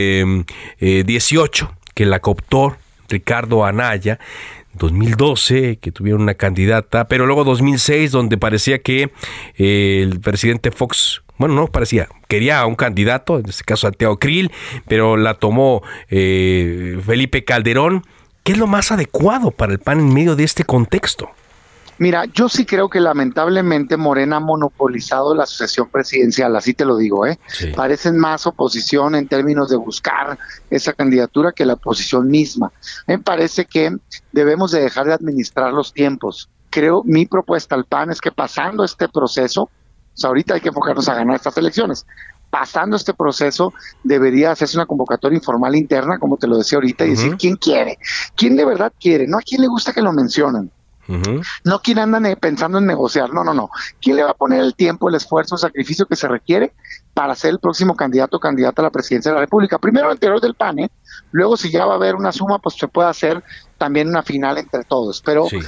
dieciocho, que la cooptó Ricardo Anaya, dos mil doce, que tuvieron una candidata, pero luego dos mil seis, donde parecía que eh, el presidente Fox, bueno, no parecía, quería a un candidato, en este caso Santiago Krill, pero la tomó eh, Felipe Calderón. ¿Qué es lo más adecuado para el P A N en medio de este contexto? Mira, yo sí creo que lamentablemente Morena ha monopolizado la sucesión presidencial, así te lo digo, ¿eh? Sí. Parecen más oposición en términos de buscar esa candidatura que la oposición misma. Me parece que debemos de dejar de administrar los tiempos. Creo, mi propuesta al P A N es que pasando este proceso, o sea, ahorita hay que enfocarnos a ganar estas elecciones, pasando este proceso debería hacerse una convocatoria informal interna, como te lo decía ahorita, y uh-huh. decir quién quiere, quién de verdad quiere, no a quién le gusta que lo mencionen. Uh-huh. No quien anda ne- pensando en negociar, no, no, no. ¿Quién le va a poner el tiempo, el esfuerzo, el sacrificio que se requiere para ser el próximo candidato o candidata a la presidencia de la República? Primero al interior del P A N, ¿eh? Luego si ya va a haber una suma, pues se puede hacer también una final entre todos. Pero, sí.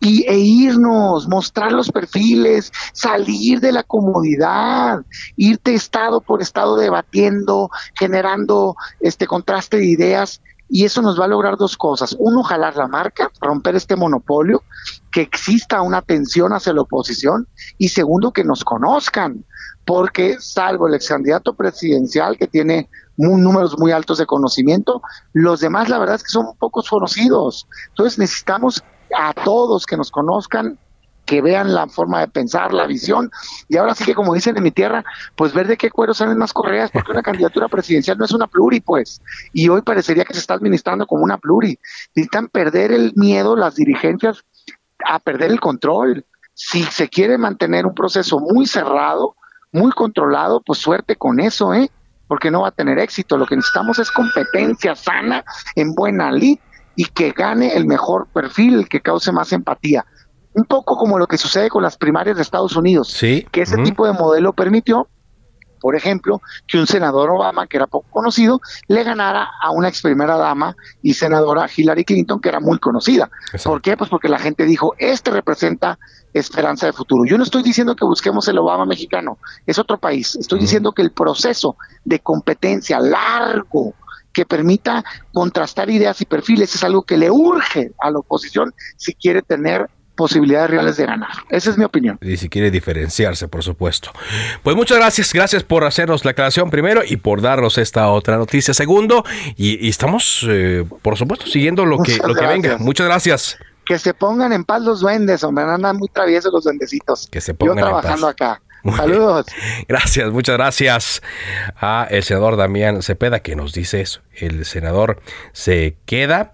y, e irnos, mostrar los perfiles, salir de la comodidad, irte estado por estado debatiendo, generando este contraste de ideas, y eso nos va a lograr dos cosas. Uno, jalar la marca, romper este monopolio, que exista una atención hacia la oposición, y segundo, que nos conozcan, porque salvo el ex candidato presidencial que tiene muy, números muy altos de conocimiento, los demás la verdad es que son pocos conocidos. Entonces necesitamos a todos que nos conozcan, que vean la forma de pensar, la visión, y ahora sí que, como dicen en mi tierra, pues ver de qué cuero salen más correas, porque una candidatura presidencial no es una pluri, pues, y hoy parecería que se está administrando como una pluri. Necesitan perder el miedo las dirigencias a perder el control. Si se quiere mantener un proceso muy cerrado, muy controlado, pues suerte con eso, ¿eh? Porque no va a tener éxito. Lo que necesitamos es competencia sana, en buena lid, y que gane el mejor perfil, el que cause más empatía. Un poco como lo que sucede con las primarias de Estados Unidos, sí. que ese uh-huh. tipo de modelo permitió, por ejemplo, que un senador Obama, que era poco conocido, le ganara a una ex primera dama y senadora Hillary Clinton, que era muy conocida. Exacto. ¿Por qué? Pues porque la gente dijo, este representa esperanza de futuro. Yo no estoy diciendo que busquemos el Obama mexicano, es otro país. Estoy uh-huh. diciendo que el proceso de competencia largo, que permita contrastar ideas y perfiles, es algo que le urge a la oposición si quiere tener posibilidades reales de ganar. Esa es mi opinión. Y si quiere diferenciarse, por supuesto. Pues muchas gracias, gracias por hacernos la aclaración primero y por darnos esta otra noticia segundo. Y, y estamos, eh, por supuesto, siguiendo lo que, lo que venga. Muchas gracias. Que se pongan en paz los duendes, hombre, andan muy traviesos los duendecitos. Que se pongan Yo trabajando en paz. acá. Saludos. Gracias, muchas gracias a el senador Damián Cepeda, que nos dice eso. El senador se queda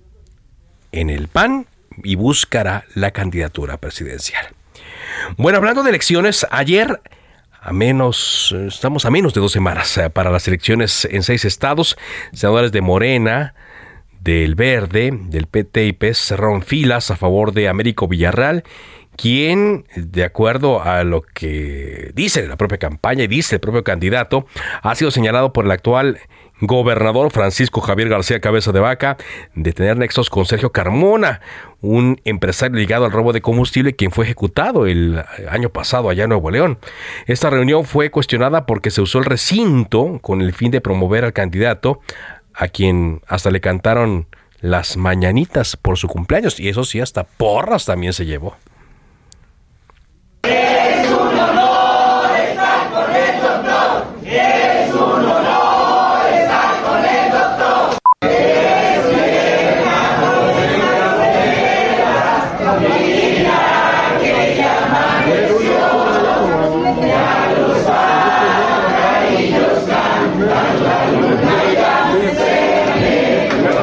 en el P A N y buscará la candidatura presidencial. Bueno, hablando de elecciones, ayer a menos, estamos a menos de dos semanas para las elecciones en seis estados. Senadores de Morena, del Verde, del P T y P E S cerraron filas a favor de Américo Villarreal, quien, de acuerdo a lo que dice la propia campaña y dice el propio candidato, ha sido señalado por el actual gobernador Francisco Javier García Cabeza de Vaca de tener nexos con Sergio Carmona, un empresario ligado al robo de combustible, quien fue ejecutado el año pasado allá en Nuevo León. Esta reunión fue cuestionada porque se usó el recinto con el fin de promover al candidato, a quien hasta le cantaron las mañanitas por su cumpleaños, y eso sí, hasta porras también se llevó. Es un honor estar con el doctor. Es un honor estar con el doctor. Es una joven de la familia que llama amaneció. Ya los pajarillos cantan, la luna ya se alegró.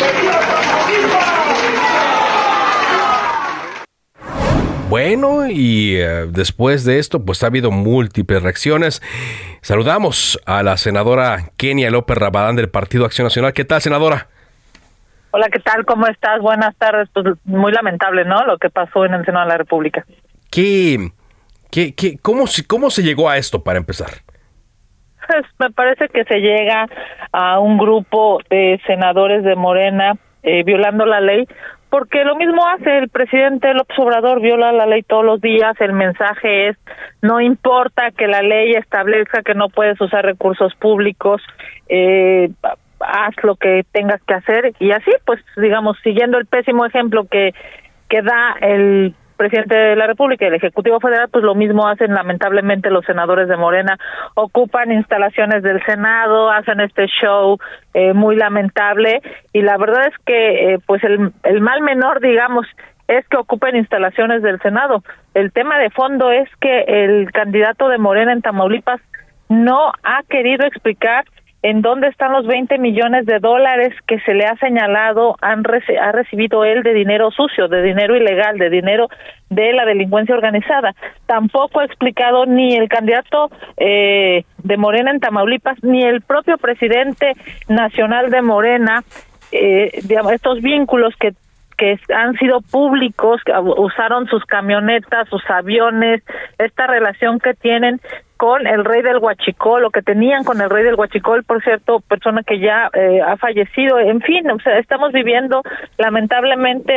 Bueno, y uh, después de esto, pues ha habido múltiples reacciones. Saludamos a la senadora Kenia López Rabadán del Partido Acción Nacional. ¿Qué tal, senadora? Hola, ¿qué tal? ¿Cómo estás? Buenas tardes. Pues muy lamentable, ¿no? Lo que pasó en el Senado de la República. ¿Qué, qué, qué, cómo, cómo se llegó a esto, para empezar? Pues me parece que se llega a un grupo de senadores de Morena eh, violando la ley, porque lo mismo hace el presidente López Obrador, viola la ley todos los días. El mensaje es, no importa que la ley establezca que no puedes usar recursos públicos, eh, haz lo que tengas que hacer, y así, pues, digamos, siguiendo el pésimo ejemplo que, que da el presidente de la República y el Ejecutivo Federal, pues lo mismo hacen lamentablemente los senadores de Morena. Ocupan instalaciones del Senado, hacen este show eh, muy lamentable, y la verdad es que eh, pues el, el mal menor, digamos, es que ocupen instalaciones del Senado. El tema de fondo es que el candidato de Morena en Tamaulipas no ha querido explicar en dónde están los veinte millones de dólares que se le ha señalado han reci- ha recibido él de dinero sucio, de dinero ilegal, de dinero de la delincuencia organizada. Tampoco ha explicado ni el candidato eh, de Morena en Tamaulipas, ni el propio presidente nacional de Morena, eh, digamos, estos vínculos que que han sido públicos, que usaron sus camionetas, sus aviones, esta relación que tienen con el rey del Huachicol, o que tenían con el rey del Huachicol, por cierto, persona que ya eh, ha fallecido. En fin, o sea, estamos viviendo lamentablemente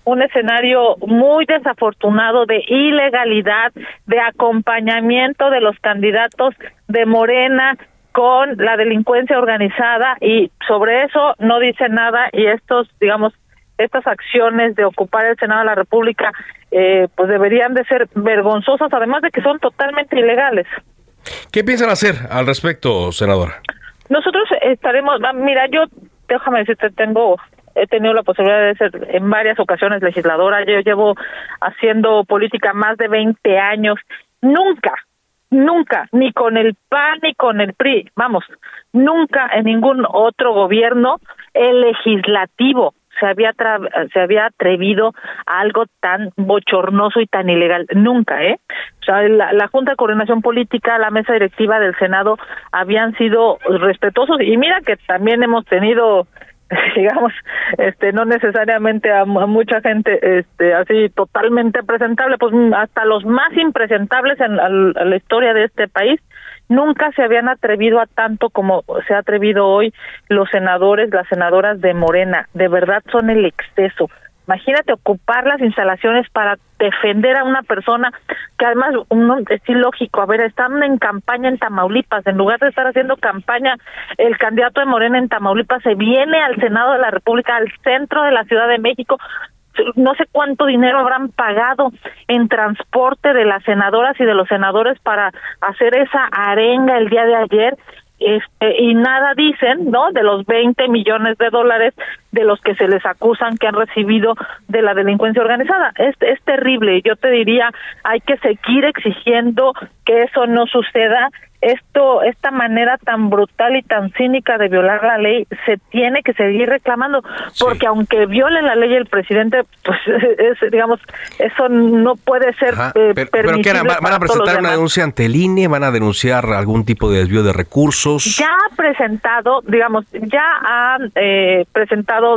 un escenario muy desafortunado de ilegalidad, de acompañamiento de los candidatos de Morena con la delincuencia organizada, y sobre eso no dice nada, y estos, digamos, estas acciones de ocupar el Senado de la República, eh, pues deberían de ser vergonzosas, además de que son totalmente ilegales. ¿Qué piensan hacer al respecto, senadora? Nosotros estaremos, mira, yo, déjame decirte, tengo, he tenido la posibilidad de ser en varias ocasiones legisladora, yo llevo haciendo política más de veinte años, nunca, nunca, ni con el P A N ni con el P R I, vamos, nunca en ningún otro gobierno el legislativo se había tra- se había atrevido a algo tan bochornoso y tan ilegal, nunca, ¿eh? O sea, la, la Junta de Coordinación Política, la mesa directiva del Senado habían sido respetuosos, y mira que también hemos tenido, digamos, este, no necesariamente a, a mucha gente, este, así totalmente presentable, pues hasta los más impresentables en a, a la historia de este país, nunca se habían atrevido a tanto como se ha atrevido hoy los senadores, las senadoras de Morena. De verdad son el exceso. Imagínate ocupar las instalaciones para defender a una persona que además, uno, es ilógico, a ver, están en campaña en Tamaulipas, en lugar de estar haciendo campaña, el candidato de Morena en Tamaulipas se viene al Senado de la República, al centro de la Ciudad de México. No sé cuánto dinero habrán pagado en transporte de las senadoras y de los senadores para hacer esa arenga el día de ayer, este, y nada dicen, ¿no?, de los veinte millones de dólares de los que se les acusan que han recibido de la delincuencia organizada. Es, es terrible. Yo te diría, hay que seguir exigiendo que eso no suceda. Esto, esta manera tan brutal y tan cínica de violar la ley se tiene que seguir reclamando, porque sí, aunque viole la ley el presidente, pues es, digamos, eso no puede ser Ajá, eh, pero, permisible. ¿pero qué, van, van a presentar una denuncia ante el I N E? ¿Van a denunciar algún tipo de desvío de recursos? Ya ha presentado, digamos, ya han eh, presentado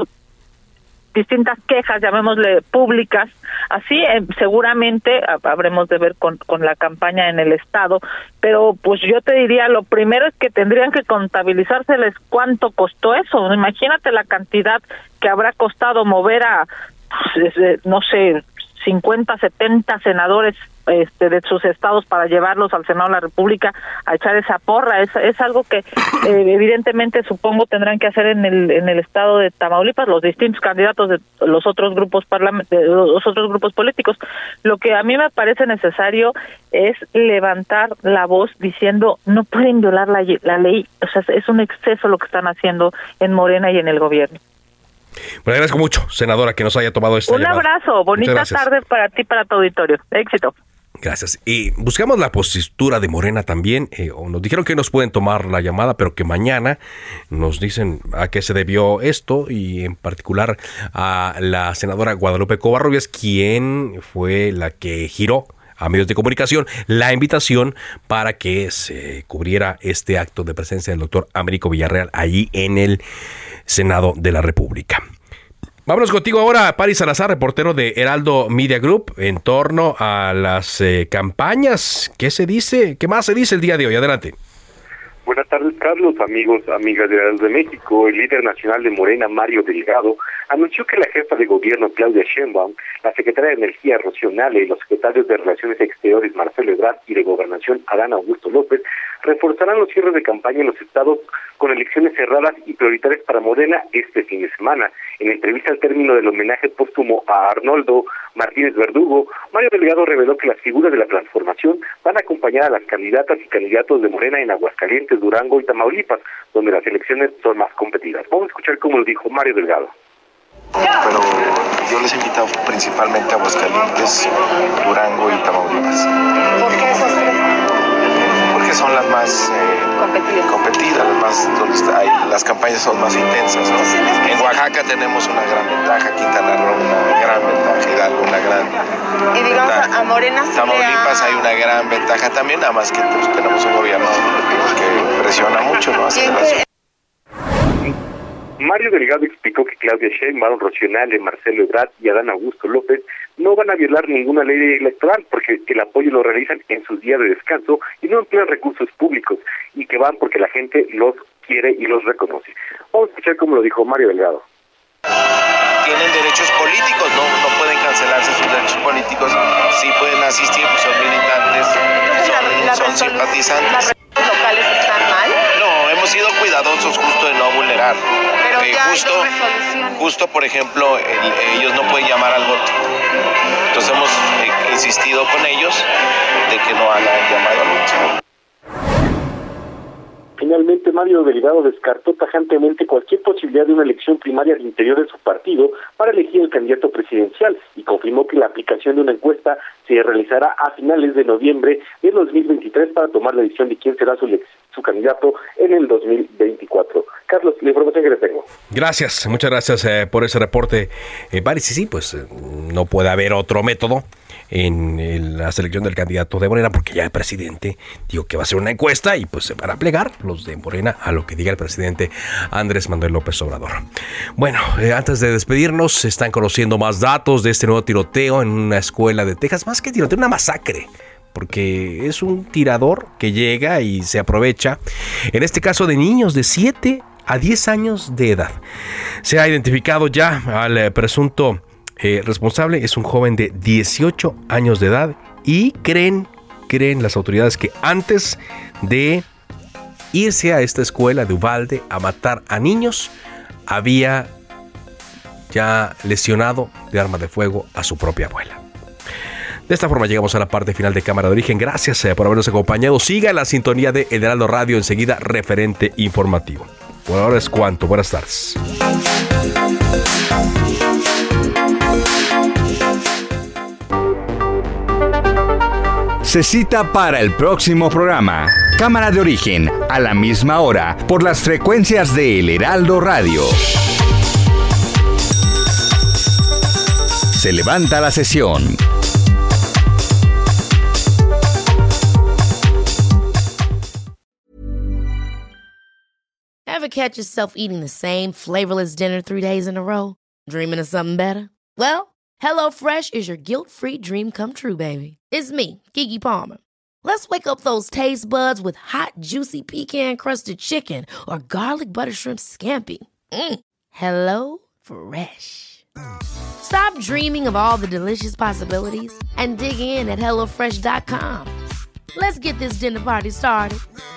distintas quejas, llamémosle públicas, así eh, seguramente habremos de ver con, con la campaña en el estado, pero pues yo te diría, lo primero es que tendrían que contabilizárseles cuánto costó eso. Imagínate la cantidad que habrá costado mover a, pues, no sé, cincuenta, setenta senadores este, de sus estados para llevarlos al Senado de la República a echar esa porra. Es, es algo que eh, evidentemente supongo tendrán que hacer en el en el estado de Tamaulipas los distintos candidatos de los otros grupos parlament- de los otros grupos políticos. Lo que a mí me parece necesario es levantar la voz diciendo no pueden violar la, la ley. O sea, es un exceso lo que están haciendo en Morena y en el gobierno. Bueno, agradezco mucho, senadora, que nos haya tomado esta Un llamada. abrazo, bonita tarde para ti, para tu auditorio. Éxito. Gracias. Y buscamos la postura de Morena también. Eh, o nos dijeron que nos pueden tomar la llamada, pero que mañana nos dicen a qué se debió esto, y en particular a la senadora Guadalupe Covarrubias, quien fue la que giró a medios de comunicación la invitación para que se cubriera este acto de presencia del doctor Américo Villarreal allí en el Senado de la República. Vámonos contigo ahora, Paris Salazar, reportero de Heraldo Media Group, en torno a las eh, campañas. ¿Qué se dice? ¿Qué más se dice el día de hoy? Adelante. Buenas tardes, Carlos, amigos, amigas de Heraldo de México. El líder nacional de Morena, Mario Delgado, anunció que la jefa de gobierno, Claudia Sheinbaum, la secretaria de Energía, Rocío Nale, y los secretarios de Relaciones Exteriores, Marcelo Ebrard, y de Gobernación, Adán Augusto López, reforzarán los cierres de campaña en los estados con elecciones cerradas y prioritarias para Morena este fin de semana. En entrevista al término del homenaje póstumo a Arnoldo Martínez Verdugo, Mario Delgado reveló que las figuras de la transformación van a acompañar a las candidatas y candidatos de Morena en Aguascalientes, Durango y Tamaulipas, donde las elecciones son más competidas. Vamos a escuchar cómo lo dijo Mario Delgado. Pero yo les he invitado principalmente a Aguascalientes, Durango y Tamaulipas. ¿Por qué esas tres? Porque son las más eh, competidas, competidas, las más donde está, hay, las campañas son más intensas, ¿no? En Oaxaca tenemos una gran ventaja, Quintana Roo una gran ventaja, Hidalgo una gran y digamos ventaja. A Morena sí Tamaulipas ha... hay una gran ventaja también, nada más que pues, tenemos un gobierno que presiona mucho, ¿no? Hacia las... Mario Delgado explicó que Claudia Sheinbaum, Rocío Nale, Marcelo Ebrard y Adán Augusto López no van a violar ninguna ley electoral porque el apoyo lo realizan en sus días de descanso y no emplean recursos públicos, y que van porque la gente los quiere y los reconoce. Vamos a escuchar cómo lo dijo Mario Delgado. tienen derechos políticos, no, no pueden cancelarse sus derechos políticos, sí pueden asistir, pues son militantes, son, son simpatizantes. ¿Los locales están mal? No, hemos sido cuidadosos justo de no vulnerar. Pero eh, ya justo, hay resoluciones. justo, por ejemplo, el, ellos no pueden llamar al voto. Entonces hemos eh, insistido con ellos de que no hagan llamado al voto. Finalmente, Mario Delgado descartó tajantemente cualquier posibilidad de una elección primaria al interior de su partido para elegir el candidato presidencial y confirmó que la aplicación de una encuesta se realizará a finales de noviembre de dos mil veintitrés para tomar la decisión de quién será su, su candidato en el dos mil veinticuatro. Carlos, la información que le tengo. Gracias, muchas gracias eh, por ese reporte. Eh, Vale, sí, sí, pues eh, no puede haber otro método en el, la selección del candidato de Morena, porque ya el presidente dijo que va a hacer una encuesta y pues se van a plegar los de Morena a lo que diga el presidente Andrés Manuel López Obrador. Bueno, eh, antes de despedirnos, se están conociendo más datos de este nuevo tiroteo en una escuela de Texas, más que tiroteo, una masacre, porque es un tirador que llega y se aprovecha, en este caso de niños de siete a diez años de edad. Se ha identificado ya al eh, presunto Eh, responsable, es un joven de dieciocho años de edad y creen, creen las autoridades que antes de irse a esta escuela de Uvalde a matar a niños, había ya lesionado de arma de fuego a su propia abuela. De esta forma llegamos a la parte final de Cámara de Origen. Gracias eh, por habernos acompañado. Siga la sintonía de El Heraldo Radio, enseguida referente informativo. Por ahora es cuanto. Buenas tardes. Se cita para el próximo programa. Cámara de Origen, a la misma hora, por las frecuencias de El Heraldo Radio. Se levanta la sesión. Ever catch yourself eating the same flavorless dinner three days in a row? Dreaming of something better? Well, HelloFresh is your guilt-free dream come true, baby. It's me, Keke Palmer. Let's wake up those taste buds with hot, juicy pecan-crusted chicken or garlic butter shrimp scampi. Mm. Hello Fresh. Stop dreaming of all the delicious possibilities and dig in at hello fresh dot com. Let's get this dinner party started.